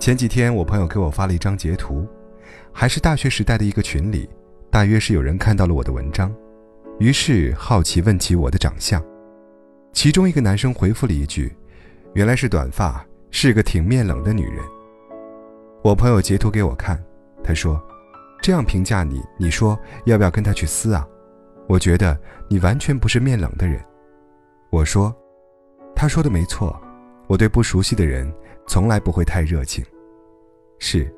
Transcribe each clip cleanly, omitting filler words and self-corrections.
前几天我朋友给我发了一张截图，还是大学时代的一个群里，大约是有人看到了我的文章，于是好奇问起我的长相。其中一个男生回复了一句，原来是短发，是个挺面冷的女人。我朋友截图给我看，他说，这样评价你，你说要不要跟他去撕啊？我觉得你完全不是面冷的人。我说，他说的没错，我对不熟悉的人从来不会太热情。是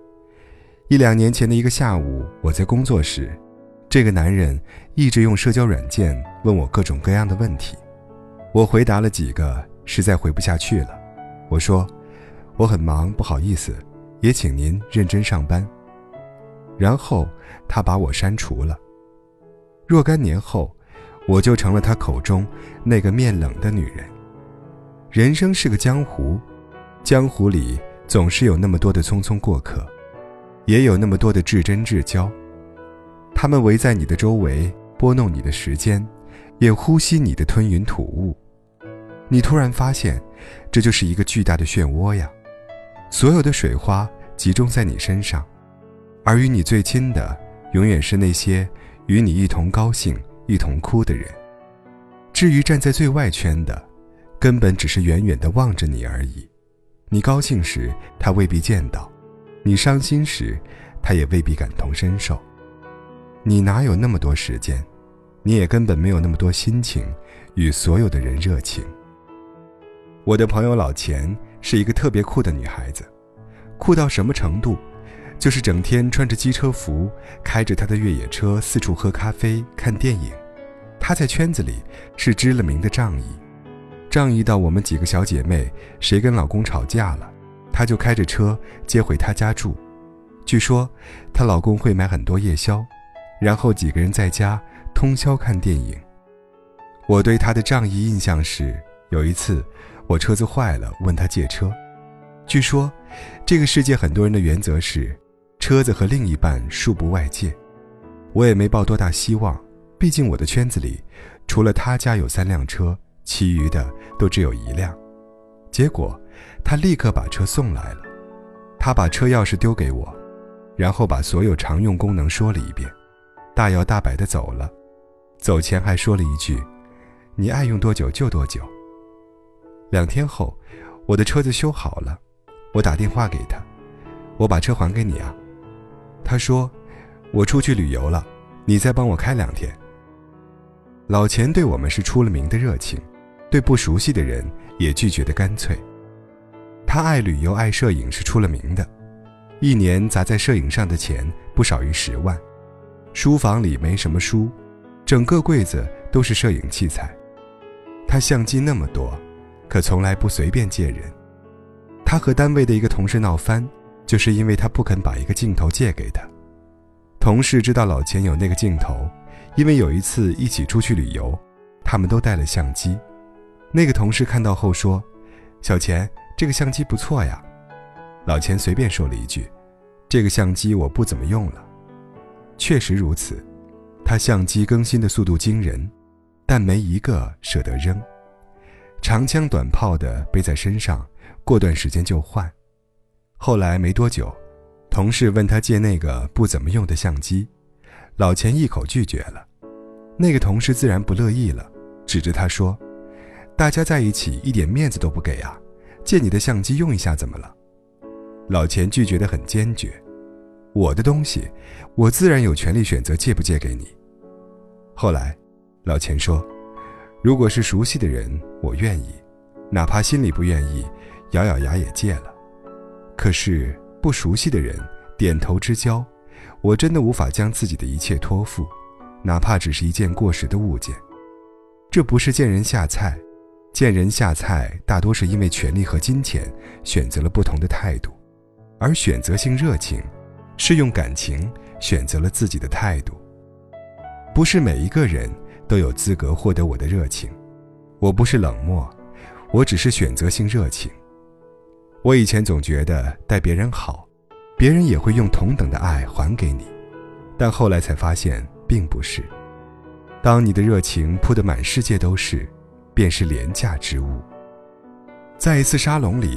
1-2年前的一个下午，我在工作时，这个男人一直用社交软件问我各种各样的问题，我回答了几个，实在回不下去了。我说，我很忙，不好意思，也请您认真上班。然后他把我删除了。若干年后，我就成了他口中那个面冷的女人。人生是个江湖，江湖里总是有那么多的匆匆过客，也有那么多的至真至交。他们围在你的周围，拨弄你的时间，也呼吸你的吞云吐雾。你突然发现，这就是一个巨大的漩涡呀，所有的水花集中在你身上，而与你最亲的永远是那些与你一同高兴一同哭的人。至于站在最外圈的，根本只是远远地望着你而已。你高兴时他未必见到，你伤心时他也未必感同身受。你哪有那么多时间，你也根本没有那么多心情与所有的人热情。我的朋友老钱是一个特别酷的女孩子，酷到什么程度，就是整天穿着机车服，开着她的越野车四处喝咖啡看电影。她在圈子里是知了名的仗义，仗义到我们几个小姐妹谁跟老公吵架了，她就开着车接回她家住。据说她老公会买很多夜宵，然后几个人在家通宵看电影。我对她的仗义印象是，有一次我车子坏了，问她借车。据说这个世界很多人的原则是车子和另一半恕不外借。我也没抱多大希望，毕竟我的圈子里除了她家有3辆车，其余的都只有1辆。结果她立刻把车送来了，她把车钥匙丢给我，然后把所有常用功能说了一遍，大摇大摆地走了。走前还说了一句，你爱用多久就多久。2天后，我的车子修好了，我打电话给他，我把车还给你啊。他说，我出去旅游了，你再帮我开2天。老钱对我们是出了名的热情，对不熟悉的人也拒绝得干脆。他爱旅游爱摄影是出了名的，1年砸在摄影上的钱不少于10万。书房里没什么书，整个柜子都是摄影器材。他相机那么多，可从来不随便借人。他和单位的一个同事闹翻，就是因为他不肯把一个镜头借给他。同事知道老钱有那个镜头，因为有一次一起出去旅游，他们都带了相机。那个同事看到后说，小钱，这个相机不错呀。老钱随便说了一句，这个相机我不怎么用了。确实如此，他相机更新的速度惊人，但没一个舍得扔。长枪短炮的背在身上，过段时间就换。后来没多久，同事问他借那个不怎么用的相机，老钱一口拒绝了。那个同事自然不乐意了，指着他说，大家在一起一点面子都不给啊，借你的相机用一下怎么了？老钱拒绝得很坚决，我的东西我自然有权利选择借不借给你。后来老钱说，如果是熟悉的人我愿意，哪怕心里不愿意，咬咬牙也借了。可是不熟悉的人点头之交，我真的无法将自己的一切托付，哪怕只是一件过时的物件。这不是见人下菜，见人下菜大多是因为权力和金钱选择了不同的态度，而选择性热情是用感情选择了自己的态度。不是每一个人都有资格获得我的热情，我不是冷漠，我只是选择性热情。我以前总觉得待别人好，别人也会用同等的爱还给你，但后来才发现并不是。当你的热情铺得满世界都是，便是廉价之物。在一次沙龙里，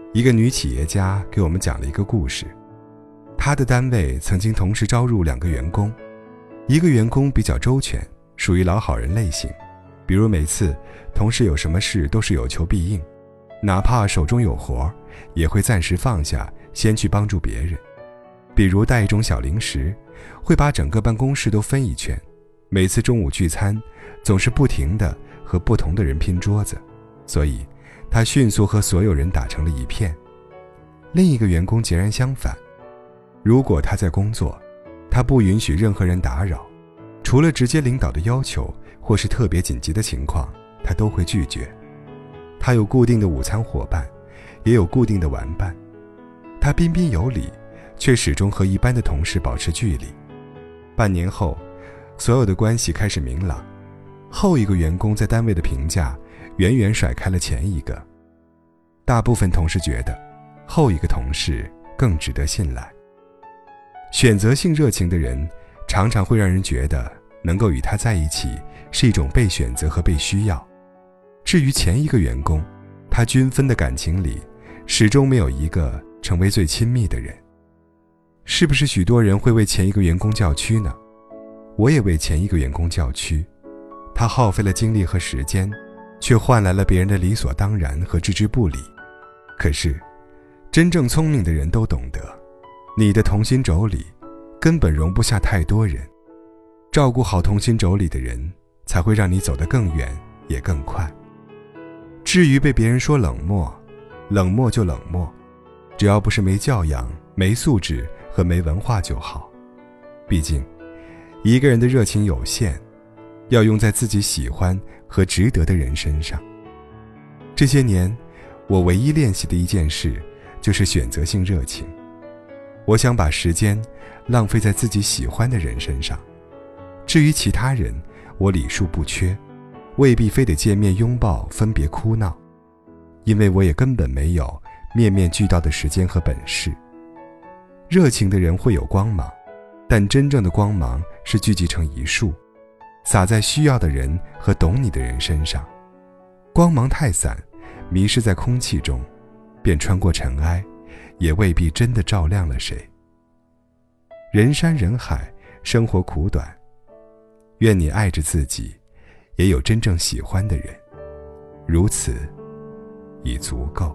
一个女企业家给我们讲了一个故事。她的单位曾经同时招入2个员工，一个员工比较周全，属于老好人类型，比如每次同事有什么事都是有求必应，哪怕手中有活也会暂时放下，先去帮助别人。比如带一种小零食，会把整个办公室都分一圈，每次中午聚餐总是不停地和不同的人拼桌子，所以他迅速和所有人打成了一片。另一个员工截然相反，如果他在工作，他不允许任何人打扰，除了直接领导的要求或是特别紧急的情况，他都会拒绝。他有固定的午餐伙伴，也有固定的玩伴，他彬彬有礼，却始终和一般的同事保持距离。半年后，所有的关系开始明朗，后一个员工在单位的评价远远甩开了前一个。大部分同事觉得后一个同事更值得信赖。选择性热情的人常常会让人觉得能够与他在一起是一种被选择和被需要。至于前一个员工，他均分的感情里始终没有一个成为最亲密的人。是不是许多人会为前一个员工叫屈呢？我也为前一个员工叫屈，他耗费了精力和时间，却换来了别人的理所当然和置之不理。可是真正聪明的人都懂得，你的同心轴里根本容不下太多人，照顾好同心轴里的人，才会让你走得更远也更快。至于被别人说冷漠，冷漠就冷漠，只要不是没教养、没素质和没文化就好。毕竟一个人的热情有限，要用在自己喜欢和值得的人身上。这些年我唯一练习的一件事就是选择性热情。我想把时间浪费在自己喜欢的人身上，至于其他人，我礼数不缺，未必非得见面拥抱分别哭闹，因为我也根本没有面面俱到的时间和本事。热情的人会有光芒，但真正的光芒是聚集成一束，洒在需要的人和懂你的人身上。光芒太散，迷失在空气中，便穿过尘埃，也未必真的照亮了谁。人山人海，生活苦短，愿你爱着自己，也有真正喜欢的人，如此已足够。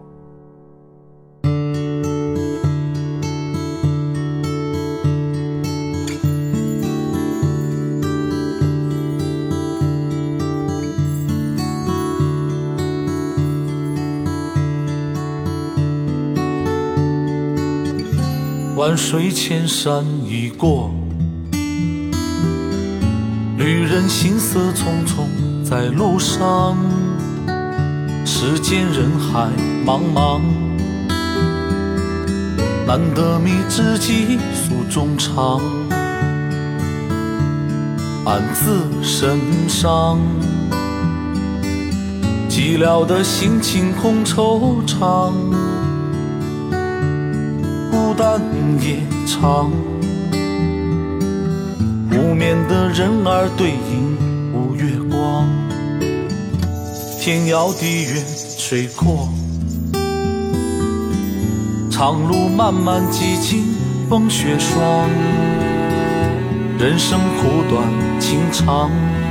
万水千山已过，旅人行色匆匆在路上，世间人海茫茫，难得觅知己诉衷肠，暗自神伤，寂寥的心情空惆怅，孤单夜长，无眠的人儿对影无月光，天遥地远水阔，长路漫漫几经风雪霜，人生苦短情长，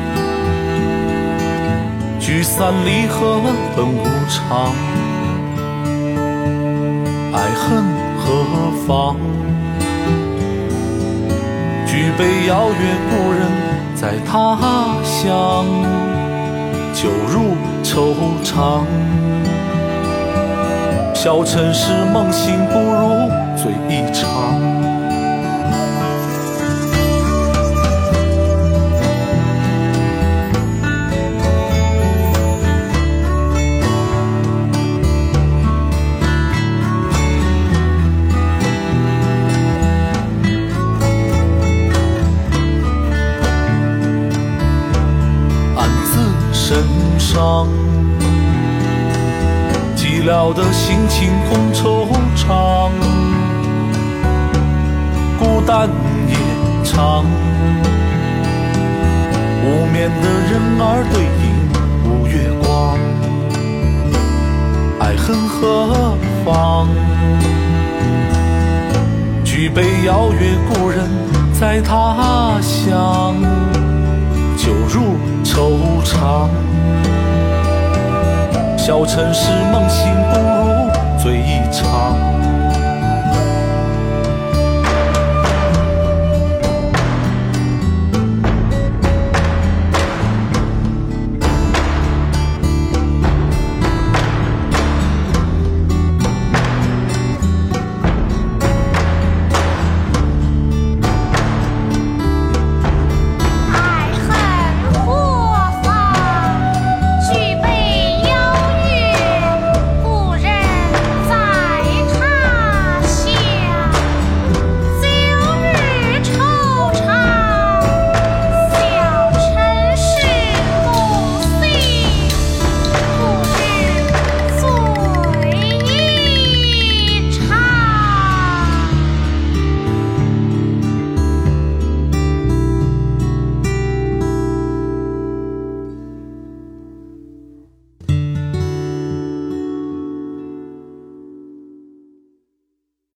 聚散离合本无常，爱恨何方？举杯邀月故人在他乡，酒入愁肠。笑尘世梦醒，不如醉一场。身上寂寥的心情空惆怅，孤单夜长，无眠的人儿对影无月光，爱爱恨何方？举杯邀月故人在他乡，酒入愁肠。小城市梦醒